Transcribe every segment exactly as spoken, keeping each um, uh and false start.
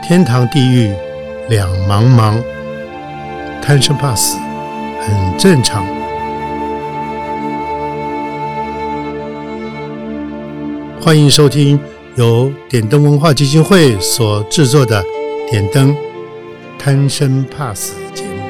天堂地狱两茫茫，贪生怕死很正常。欢迎收听由点灯文化基金会所制作的点灯贪生怕死节目。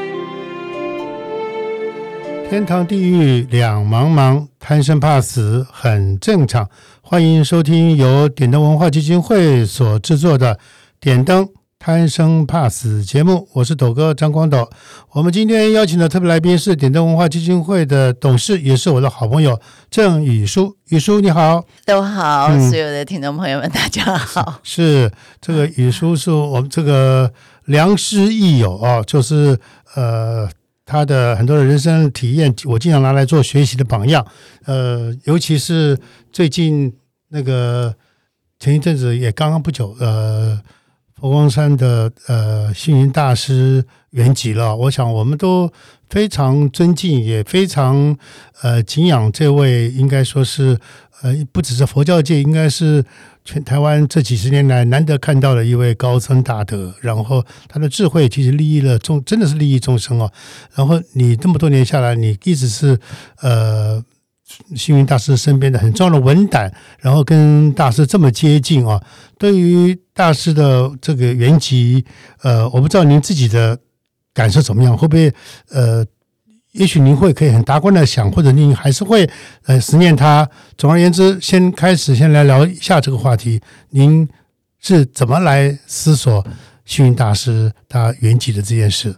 天堂地狱两茫茫，贪生怕死很正常。欢迎收听由点灯文化基金会所制作的点灯贪生怕死节目，我是斗哥张光斗。我们今天邀请的特别来宾是点灯文化基金会的董事，也是我的好朋友郑宇书。宇书你好。 都好、嗯、所有的听众朋友们大家好。 是这个宇书是我们这个良师益友哦，就是呃他的很多的人生体验我经常拿来做学习的榜样。呃尤其是最近那个前一阵子也刚刚不久呃佛光山的呃星云大师圆寂了，我想我们都非常尊敬，也非常呃敬仰这位，应该说是呃不只是佛教界，应该是全台湾这几十年来难得看到的一位高僧大德。然后他的智慧其实利益了众，真的是利益众生哦。然后你这么多年下来，你一直是呃星云大师身边的很重要的文胆，然后跟大师这么接近啊。对于大师的这个圆寂，呃，我不知道您自己的感受怎么样，会不会呃，也许您会可以很达观的想，或者您还是会呃思念他。总而言之，先开始先来聊一下这个话题，您是怎么来思索星云大师他圆寂的这件事？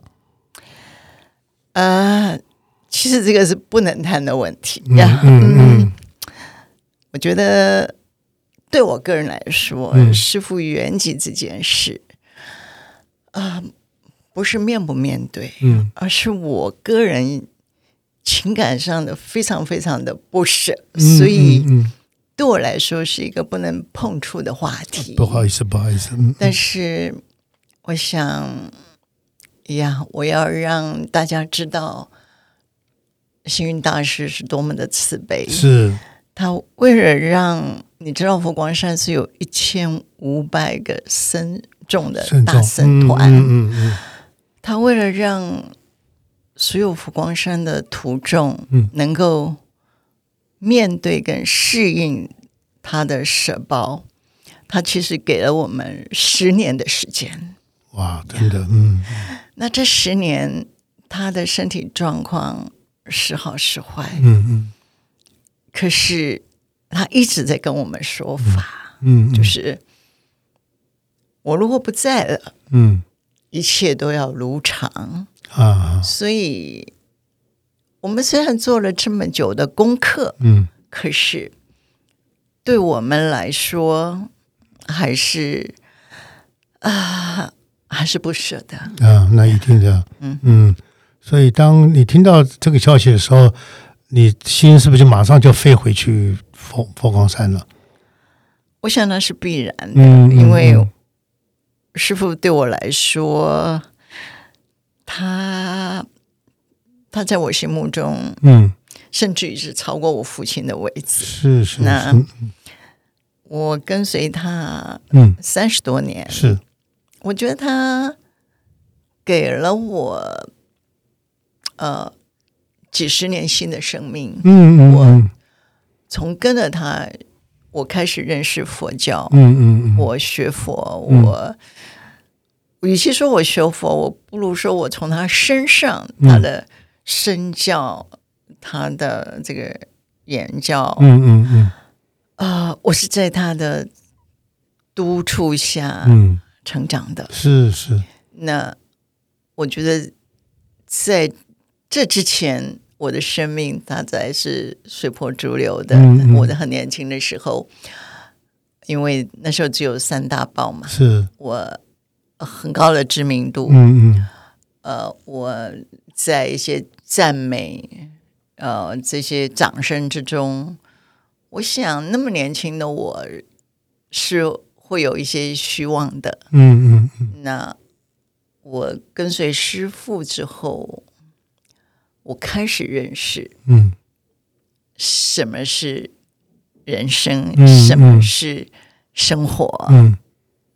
呃。其实这个是不能谈的问题。 嗯嗯嗯， 我觉得对我个人来说，嗯、师父圆寂这件事，啊、呃，不是面不面对，嗯，而是我个人情感上的非常非常的不舍，嗯、所以对我来说是一个不能碰触的话题。 不好意思，不好意思。嗯、 但是我想呀，我要让大家知道。星云大师是多么的慈悲， 是他为了让你知道佛光山是有一千五百个僧众的大僧团，嗯嗯嗯、他为了让所有佛光山的徒众能够面对跟适应他的舍报，他其实给了我们十年的时间。 哇，真的，嗯， 那这十年他的身体状况时好时坏， 嗯嗯， 可是他一直在跟我们说法， 嗯，嗯嗯就是我如果不在了， 嗯， 一切都要如常啊。 所以，我们虽然做了这么久的功课， 嗯， 可是对我们来说，还是啊，还是不舍得啊。那一定的，嗯嗯。所以当你听到这个消息的时候，你心是不是就马上就飞回去 佛, 佛光山了？ 我想那是必然的， 嗯嗯嗯、 因为师父对我来说，他他在我心目中，嗯，甚至于是超过我父亲的位置。 是是是。 那我跟随他，嗯，三十多年， 是， 我觉得他给了我。呃，几十年新的生命， 嗯嗯， 我从跟着他，我开始认识佛教， 嗯嗯嗯， 我学佛，嗯、我与其说我学佛，我不如说我从他身上，嗯、他的身教，他的这个言教， 嗯嗯嗯， 啊、呃，我是在他的督促下， 嗯， 成长的， 是是。 那我觉得在这之前，我的生命大概是随波逐流的。嗯嗯我的很年轻的时候，因为那时候只有三大报嘛， 是我很高的知名度。 嗯嗯， 呃，我在一些赞美、呃这些掌声之中，我想那么年轻的我是会有一些虚妄的。 嗯嗯嗯， 那我跟随师父之后。我开始认识，嗯，什么是人生，嗯、什么是生活，嗯，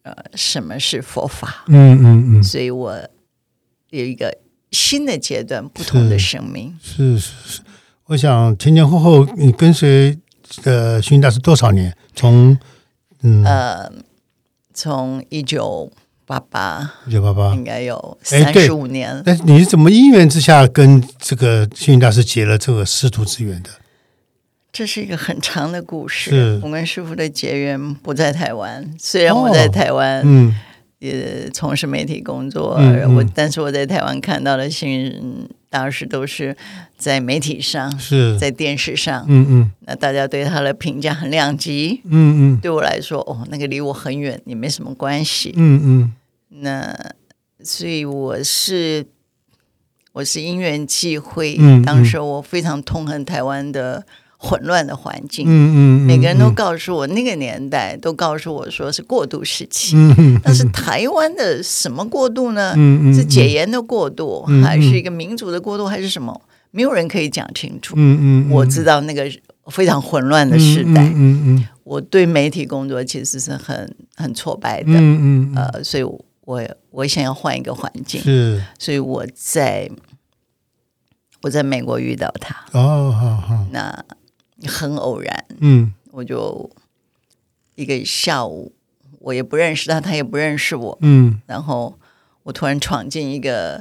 呃什么是佛法。 嗯嗯嗯， 所以我有一个新的阶段，不同的生命。 是是是，我想前前后后你跟随呃星云大师多少年？从嗯呃，从一九八八， 一九八八应该有三十五年。 但是你是怎么因缘之下跟这个星云大师结了这个师徒之缘的？ 这是一个很长的故事。我跟师父的结缘不在台湾，虽然我在台湾，哦嗯。也从事媒体工作，嗯嗯我但是我在台湾看到的星云大师都是在媒体上， 是在电视上， 嗯嗯， 那大家对他的评价很两极， 嗯嗯， 对我来说，哦，那个离我很远，也没什么关系， 嗯嗯， 那所以我是我是因缘际会， 嗯嗯当时我非常痛恨台湾的混乱的环境， 嗯嗯， 每个人都告诉我，那个年代都告诉我说是过渡时期， 嗯， 但是台湾的什么过渡呢？ 嗯嗯， 是解严的过渡， 嗯、 还是一个民主的过渡，还是什么？没有人可以讲清楚。 嗯嗯， 我知道那个非常混乱的时代， 嗯嗯， 我对媒体工作其实是很很挫败的， 嗯嗯， 呃，所以我我想要换一个环境， 是， 所以我在我在美国遇到他， 哦，好好， 那。很偶然， 嗯， 我就一个下午，我也不认识他，他也不认识我， 嗯， 然后我突然闯进一个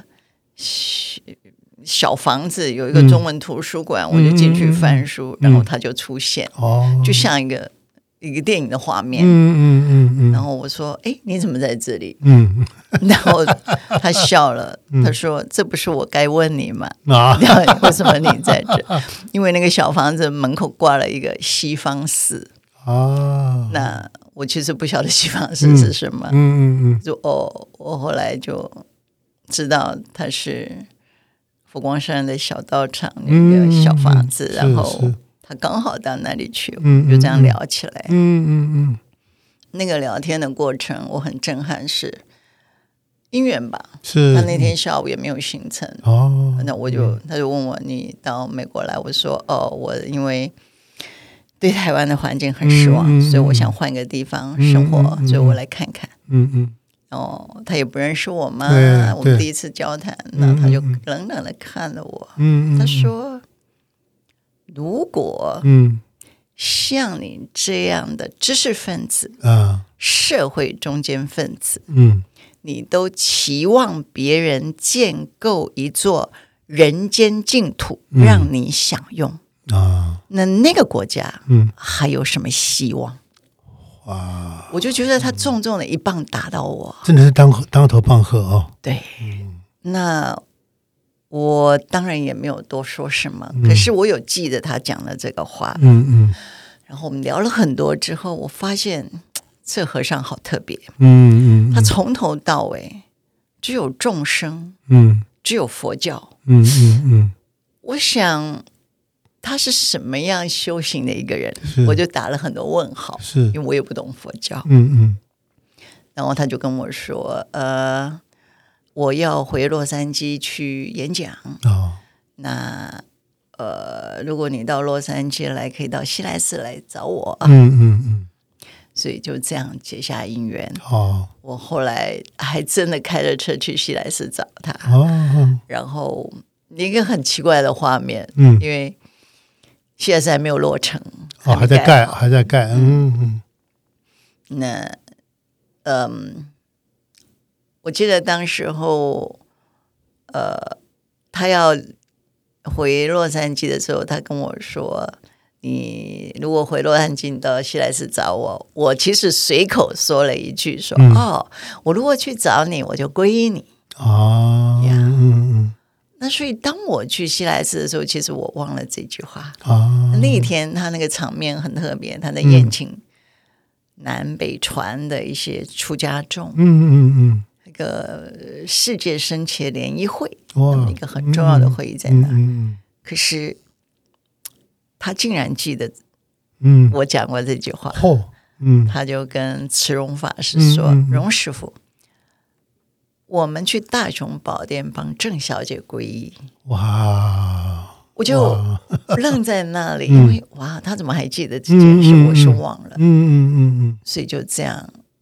小房子，有一个中文图书馆，嗯、我就进去翻书，嗯、然后他就出现，哦，就像一个一个电影的画面， 嗯嗯嗯嗯， 然后我说：“哎，你怎么在这里？” 嗯， 然后他笑了，他说：“这不是我该问你吗？ 啊， 为什么你在这？因为那个小房子门口挂了一个西方寺啊。那我其实不晓得西方寺是什么，嗯嗯嗯，就哦，我后来就知道它是佛光山的小道场那个小房子，然后。”他刚好到那里去，嗯、就这样聊起来。 嗯嗯嗯， 那个聊天的过程我很震撼，是因缘吧？ 是。 他那天下午也没有行程哦，那我就、嗯、他就问我你到美国来，我说哦，我因为对台湾的环境很失望，嗯嗯、所以我想换个地方生活，嗯嗯、所以我来看看。嗯嗯。哦，他也不认识我嘛，我们第一次交谈，那他就冷冷的看了我，嗯、他说。如果像你这样的知识分子、嗯、社会中间分子、嗯、你都期望别人建构一座人间净土、嗯、让你享用、啊、那那个国家、嗯、还有什么希望？哇！我就觉得他重重的一棒打到我， 真的是当当头棒喝哦。 对，嗯、那。我当然也没有多说什么，嗯、可是我有记得他讲的这个话，嗯嗯，然后我们聊了很多之后，我发现这和尚好特别，嗯嗯，他从头到尾只有众生，嗯，只有佛教，嗯嗯嗯，我想他是什么样修行的一个人，我就打了很多问号，是因为我也不懂佛教，嗯嗯，然后他就跟我说，呃。我要回洛杉矶去演讲，哦、那呃，如果你到洛杉矶来，可以到西来寺来找我。嗯嗯嗯，所以就这样结下姻缘。哦，我后来还真的开着车去西来寺找他。哦，然后一个很奇怪的画面，嗯，因为西来寺还没有落成， 哦，还在盖，还在盖。嗯嗯， 那嗯。我记得当时候，呃，他要回洛杉矶的时候，他跟我说：“你如果回洛杉矶，你到西来寺找我。”我其实随口说了一句说：“嗯、哦，我如果去找你，我就皈依你。”哦，呀，嗯嗯。那所以当我去西来寺的时候，其实我忘了这句话。哦，那一天他那个场面很特别，他在宴请南北传的一些出家众。嗯嗯嗯。一个世界僧伽联谊会，那么一个很重要的会议在那、嗯嗯、可是他竟然记得我讲过这句话、嗯嗯、他就跟慈荣法师说、嗯嗯、荣师父，我们去大雄宝殿帮郑小姐皈依。哇！我就愣在那里，因为哇，他怎么还记得这件事、嗯、我是忘了，嗯嗯嗯嗯，所以就这样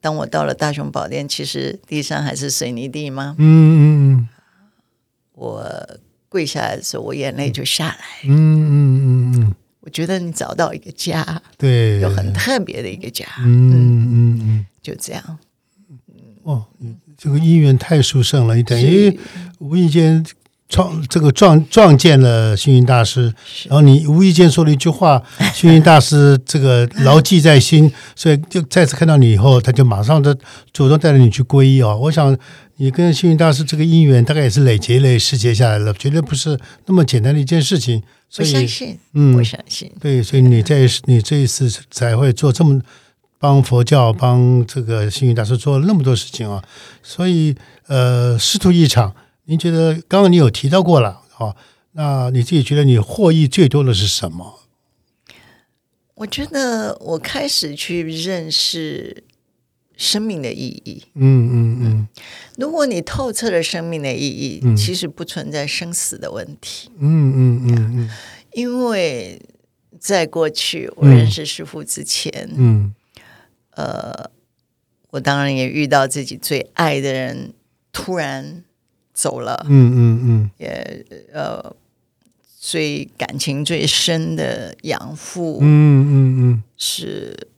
当我到了大雄宝殿，其实地上还是水泥地吗？ 嗯嗯嗯， 我跪下来的时候，我眼泪就下来。 嗯嗯嗯嗯， 我觉得你找到一个家， 对， 有很特别的一个家。 嗯嗯嗯， 就这样。 哦，这个姻缘太殊胜了，你等于无意间撞这个撞撞见了星云大师，然后你无意间说了一句话，星云大师这个牢记在心，所以就再次看到你以后，他就马上的主动带着你去皈依哦。我想你跟星云大师这个姻缘大概也是累劫累世劫下来了，绝对不是那么简单的一件事情。所以我相信， 嗯， 我相信， 对，所以你在你这一次才会做这么。帮佛教帮这个星云大师做了那么多事情啊，所以呃，师徒一场，您觉得刚刚你有提到过了啊？那你自己觉得你获益最多的是什么？ 我觉得我开始去认识生命的意义。 嗯嗯嗯， 如果你透彻了生命的意义， 嗯、 其实不存在生死的问题。 嗯嗯嗯嗯， 因为在过去我认识师父之前， 嗯。 呃，我当然也遇到自己最爱的人突然走了， 嗯嗯嗯， 也呃，最感情最深的养父， 嗯嗯嗯， 是，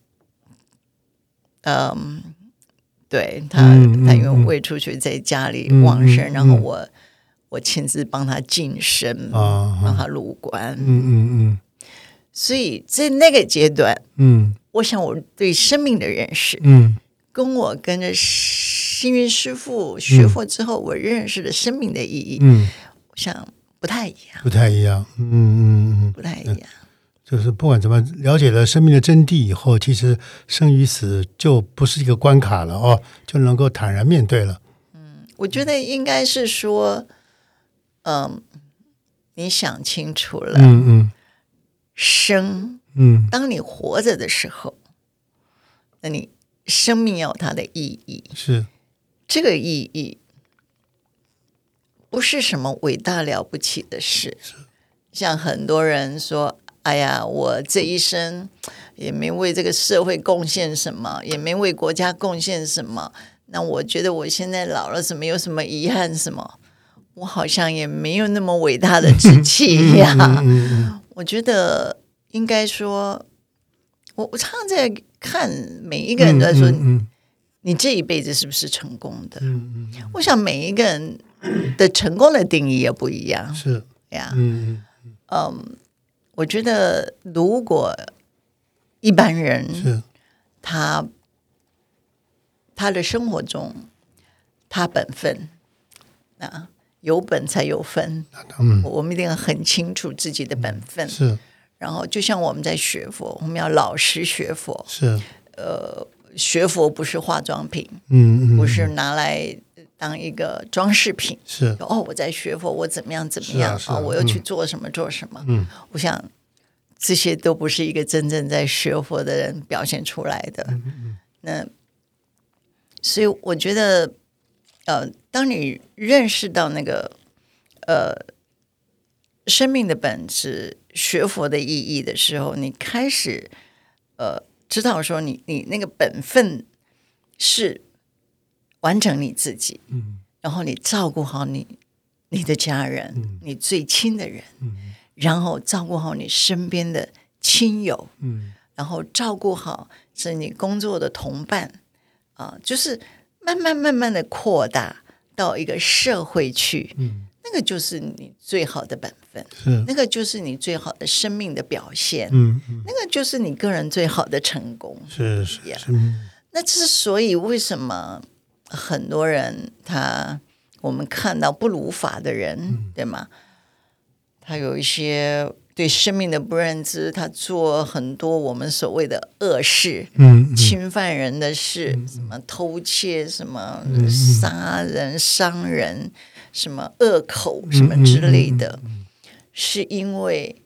嗯，对他， 嗯嗯、 他因为胃出血在家里往生，嗯嗯、然后我我亲自帮他净身，啊、帮他入关， 嗯嗯嗯， 所以在那个阶段， 嗯。 我想我对生命的认识， 嗯， 跟我跟着星云师父学佛之后，我认识的生命的意义， 嗯， 我想不太一样， 不太一样，嗯嗯嗯， 不太一样。 就是不管怎么了解了生命的真谛以后，其实生与死就不是一个关卡了哦，就能够坦然面对了。 嗯，我觉得应该是说，嗯，你想清楚了， 嗯嗯， 生。 嗯， 当你活着的时候，那你生命有它的意义， 是这个意义不是什么伟大了不起的事。像很多人说，哎呀，我这一生也没为这个社会贡献什么，也没为国家贡献什么，那我觉得我现在老了什么有什么遗憾什么，我好像也没有那么伟大的志气呀、 嗯嗯嗯、 我觉得应该说，我我常常在看每一个人都在说， 嗯嗯嗯、 你这一辈子是不是成功的？ 嗯嗯、 我想每一个人的成功的定义也不一样。 是呀， 嗯嗯嗯，我觉得如果一般人是他他的生活中他本分啊。有本才有分， 嗯、 我们一定要很清楚自己的本分。 是， 然后就像我们在学佛，我们要老实学佛。 是， 呃，学佛不是化妆品， 嗯嗯， 不是拿来当一个装饰品。 是， 哦，我在学佛，我怎么样怎么样啊、哦？我要去做什么、嗯、做什么？嗯，我想这些都不是一个真正在学佛的人表现出来的。嗯嗯，那所以我觉得。呃，当你认识到那个呃生命的本质、学佛的意义的时候，你开始呃知道说你你那个本分是完成你自己，嗯，然后你照顾好你你的家人，嗯、你最亲的人，嗯，然后照顾好你身边的亲友，嗯，然后照顾好是你工作的同伴啊、呃，就是。慢慢慢慢的扩大到一个社会去，嗯，那个就是你最好的本分， 是那个就是你最好的生命的表现， 嗯嗯， 那个就是你个人最好的成功， 是是是。 那之所以为什么很多人他我们看到不如法的人，嗯、对吗？他有一些。对生命的不认知，他做很多我们所谓的恶事，嗯，侵犯人的事，嗯、什么偷窃，什么杀人、嗯、伤人，什么恶口，什么之类的，嗯嗯嗯嗯、是因为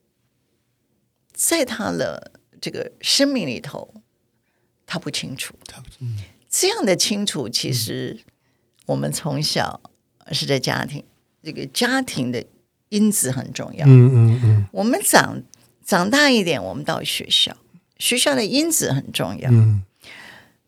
在他的这个生命里头，他不清楚。嗯、这样的清楚，其实我们从小是在家庭，这个家庭的。因子很重要。嗯嗯嗯。我们长长大一点，我们到学校，学校的因子很重要。嗯。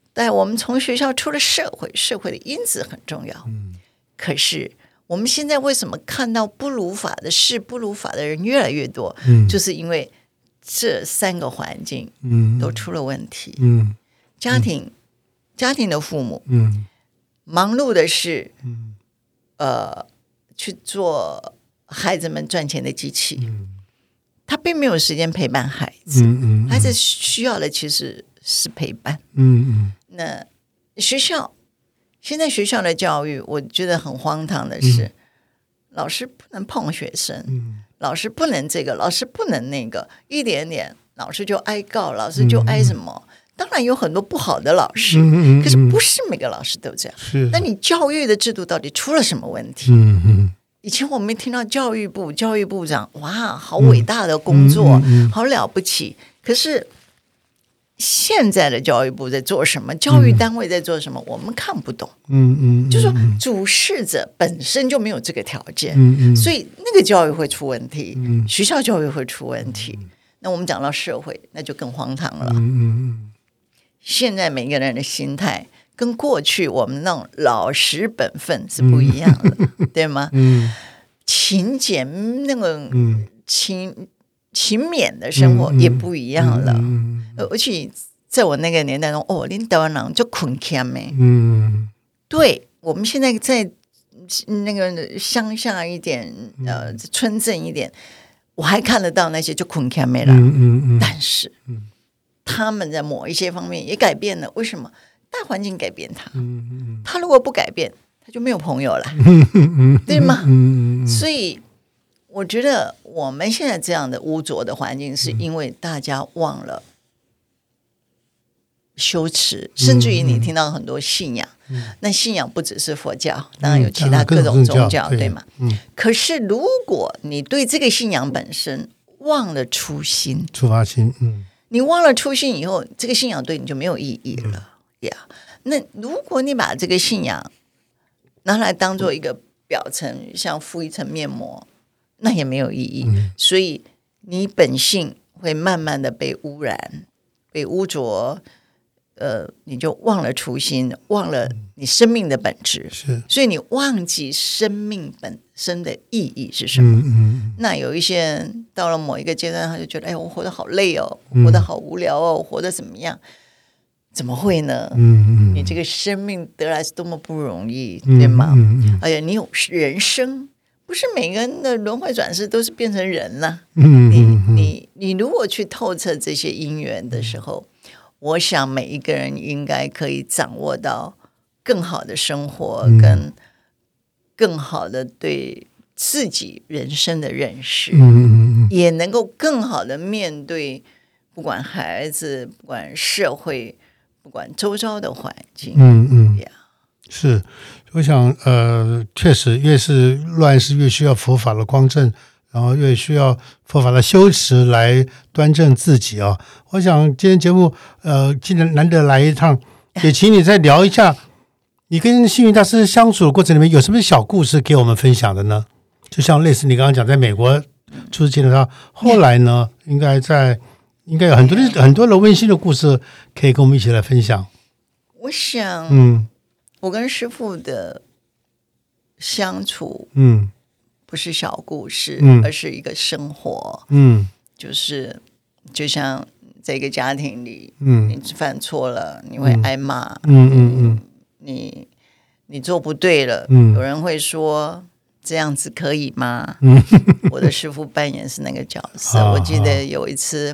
但我们从学校出了社会，社会的因子很重要。嗯，可是我们现在为什么看到不如法的事、不如法的人越来越多？嗯，就是因为这三个环境都出了问题。嗯，家庭、嗯、家庭的父母，嗯，忙碌的是，嗯，呃，去做孩子们赚钱的机器。嗯，他并没有时间陪伴孩子。嗯嗯嗯，孩子需要的其实是陪伴。嗯嗯，那学校现在学校的教育，我觉得很荒唐的是，嗯、老师不能碰学生，嗯、老师不能这个，老师不能那个，一点点老师就挨告，老师就挨什么。嗯、当然有很多不好的老师，嗯嗯嗯，可是不是每个老师都这样。是，那你教育的制度到底出了什么问题？嗯嗯，以前我们听到教育部教育部长，哇，好伟大的工作，嗯嗯嗯，好了不起。可是现在的教育部在做什么？教育单位在做什么？嗯、我们看不懂。嗯 嗯, 嗯，就是说主事者本身就没有这个条件，嗯嗯，所以那个教育会出问题，嗯，学校教育会出问题。嗯、那我们讲到社会，那就更荒唐了。嗯嗯嗯，现在每个人的心态跟过去我们那种老实本分是不一样的，嗯、对吗？嗯，勤俭那个勤。勤勉的生活也不一样了，嗯嗯、而且在我那个年代中，哦，恁台湾人就困欠没，嗯，对，我们现在在那个乡下一点，呃，村镇一点，我还看得到那些就困欠没了，嗯嗯嗯、但是、嗯、他们在某一些方面也改变了，为什么？大环境改变他，嗯嗯、他如果不改变，他就没有朋友了，嗯嗯、对吗？嗯嗯、所以。我觉得我们现在这样的污浊的环境，是因为大家忘了羞耻，嗯、甚至于你听到很多信仰，嗯、那信仰不只是佛教，当然有其他各种宗教，嗯、对吗？嗯、可是如果你对这个信仰本身忘了初心， 出发心，嗯， 你忘了初心以后，这个信仰对你就没有意义了呀。嗯 yeah, 那如果你把这个信仰拿来当做一个表层，像敷一层面膜。那也没有意义，嗯、所以你本性会慢慢的被污染、被污浊，呃，你就忘了初心，忘了你生命的本质，是，所以你忘记生命本身的意义是什么。嗯嗯、那有一些人到了某一个阶段，他就觉得，哎，我活得好累哦，我活得好无聊哦，我活得怎么样？怎么会呢？嗯嗯、你这个生命得来是多么不容易，嗯、对吗？嗯嗯、而且你有人生。不是每个人的轮回转世都是变成人了、啊。嗯，你你你如果去透彻这些因缘的时候，我想每一个人应该可以掌握到更好的生活，嗯、跟更好的对自己人生的认识，嗯、也能够更好的面对不管孩子、不管社会、不管周遭的环境。嗯嗯，呀， 是。我想，呃，确实，越是乱世，越需要佛法的光正，然后越需要佛法的修持来端正自己啊。我想今天节目，呃，既然难得来一趟，也请你再聊一下，你跟星云大师相处的过程里面有什么小故事给我们分享的呢？就像类似你刚刚讲，在美国初次见到他，后来呢，应该在应该有很多的很多的温馨的故事可以跟我们一起来分享。 我想，嗯。我跟师父的相处，嗯，不是小故事，嗯、而是一个生活，嗯，就是就像在一个家庭里，嗯，你犯错了，你会挨骂，嗯嗯嗯，你你做不对了，嗯，有人会说这样子可以吗？嗯，我的师父扮演是那个角色，我记得有一次，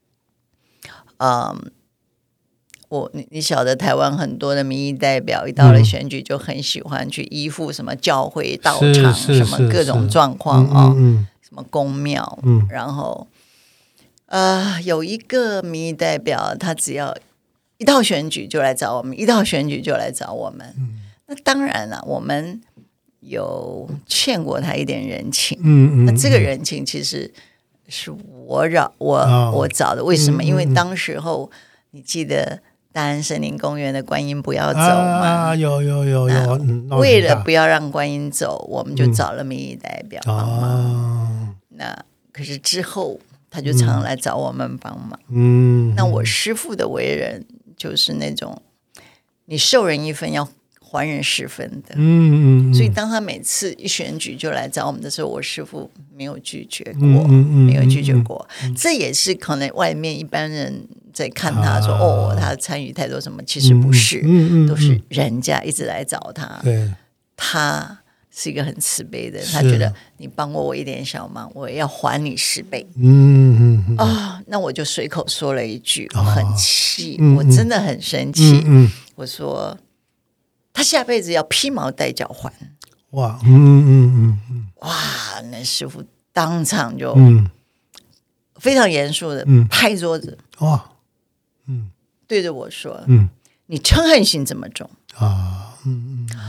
嗯。我你你晓得台湾很多的民意代表一到了选举就很喜欢去依附什么教会道场什么各种状况啊、哦嗯嗯、什么宫庙、嗯、然后呃有一个民意代表他只要一到选举就来找我们一到选举就来找我们、嗯、那当然了我们有欠过他一点人情、嗯嗯、那这个人情其实是我找我、哦、我找的为什么、嗯嗯、因为当时候你记得大安森林公园的观音不要走嘛、 啊、有有有有、 嗯、为了不要让观音走我们就找了民意代表帮忙、嗯、那可是之后他就常来找我们帮忙、嗯、那我师父的为人就是那种你授人一分要还人十分的。 嗯嗯， 所以当他每次一选举就来找我们的时候，我师父没有拒绝过， 嗯嗯嗯、 没有拒绝过、嗯嗯。这也是可能外面一般人在看他说、啊、哦，他参与太多什么，其实不是， 嗯嗯嗯、 都是人家一直来找他。 对， 他是一个很慈悲的人，他觉得你帮过我一点小忙，我也要还你十倍。 嗯嗯啊、 哦，那我就随口说了一句，我很气、 哦， 我真的很生气。 嗯嗯、 我说他下辈子要披毛戴角还。 哇，嗯嗯嗯嗯， 哇，那师父当场就非常严肃的拍桌子， 嗯、哇，嗯， 对着我说， 嗯， 你嗔恨心这么重啊，嗯嗯，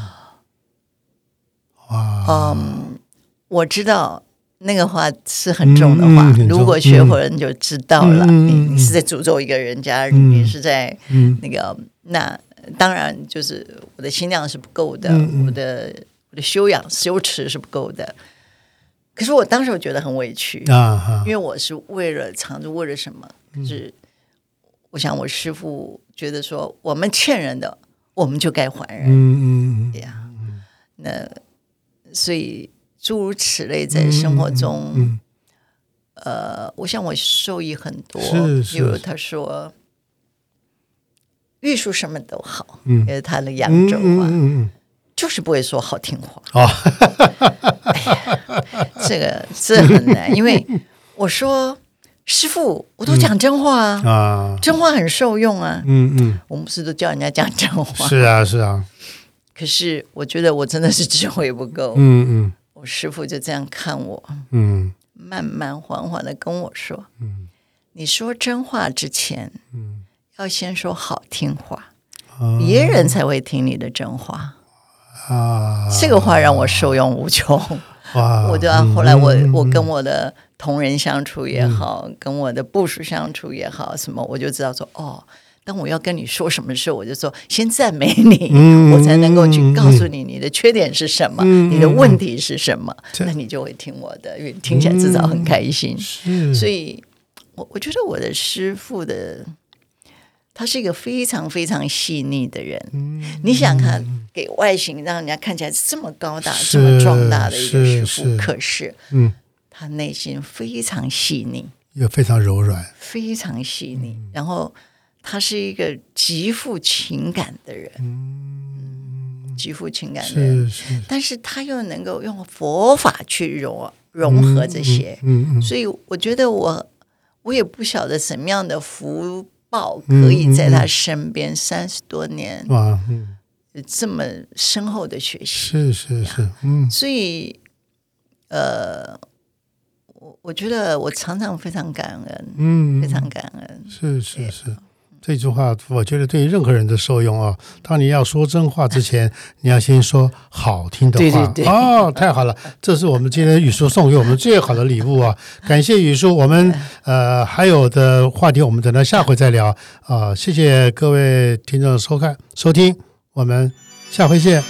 哇， 嗯，我知道那个话是很重的话，嗯、如果学佛人就知道了，嗯、你你是在诅咒一个人家，嗯、你是在那个、嗯、那当然就是我的心量是不够的，嗯、我的我的修养修持是不够的。可是我当时我觉得很委屈啊，因为我是为了常住，为了什么？就是我想我师父觉得说，我们欠人的，我们就该还人。嗯嗯呀，那所以诸如此类，在生活中，嗯嗯、呃，我想我受益很多。比如他说，玉树什么都好，嗯、也是他的扬州话。嗯嗯嗯就是不会说好听话哦，哎呀，这个这很难，因为我说师父，我都讲真话啊，嗯、啊真话很受用啊，嗯嗯，我们不是都叫人家讲真话？ 是啊是啊， 可是我觉得我真的是智慧不够， 嗯嗯， 我师父就这样看我， 嗯， 慢慢缓缓的跟我说，嗯，你说真话之前，嗯，要先说好听话，啊、别人才会听你的真话。啊，这个话让我受用无穷。哇！我就后来我、嗯、我跟我的同仁相处也好，嗯、跟我的部属相处也好，什么我就知道说哦，当我要跟你说什么事，我就说先赞美你，嗯、我才能够去告诉你你的缺点是什么，嗯、你的问题是什么，嗯、那你就会听我的，因为听起来至少很开心。嗯、所以我我觉得我的师父的。他是一个非常非常细腻的人，嗯、你想看给外形让人家看起来这么高大、这么壮大的一个师父，可是，嗯、他内心非常细腻， 又非常柔软， 非常细腻。嗯、然后他是一个极富情感的人，嗯、极富情感的人，是是但是他又能够用佛法去融融合这些，嗯嗯嗯、所以我觉得我我也不晓得什么样的福。报可以在他身边三十多年，哇，嗯，这么深厚的学习， 是是是，嗯， 所以，呃，我我觉得我常常非常感恩，嗯，非常感恩， 是是是，这句话我觉得对任何人的受用啊。当你要说真话之前，你要先说好听的话， 对对对， 哦，太好了，这是我们今天语叔送给我们最好的礼物啊！感谢语叔，我们呃还有的话题我们等到下回再聊啊、呃！谢谢各位听众收看收听，我们下回见。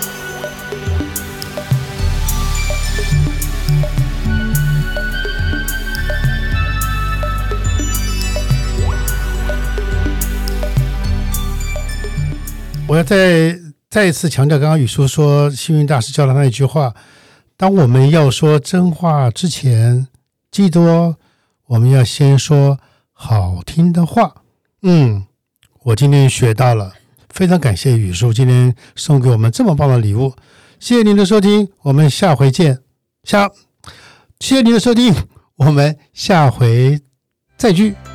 我要再再一次强调，刚刚语叔说星云大师教他那一句话：当我们要说真话之前，记得哦，我们要先说好听的话。嗯，我今天学到了，非常感谢语叔今天送给我们这么棒的礼物，谢谢您的收听，我们下回见。下，谢谢您的收听，我们下回再聚。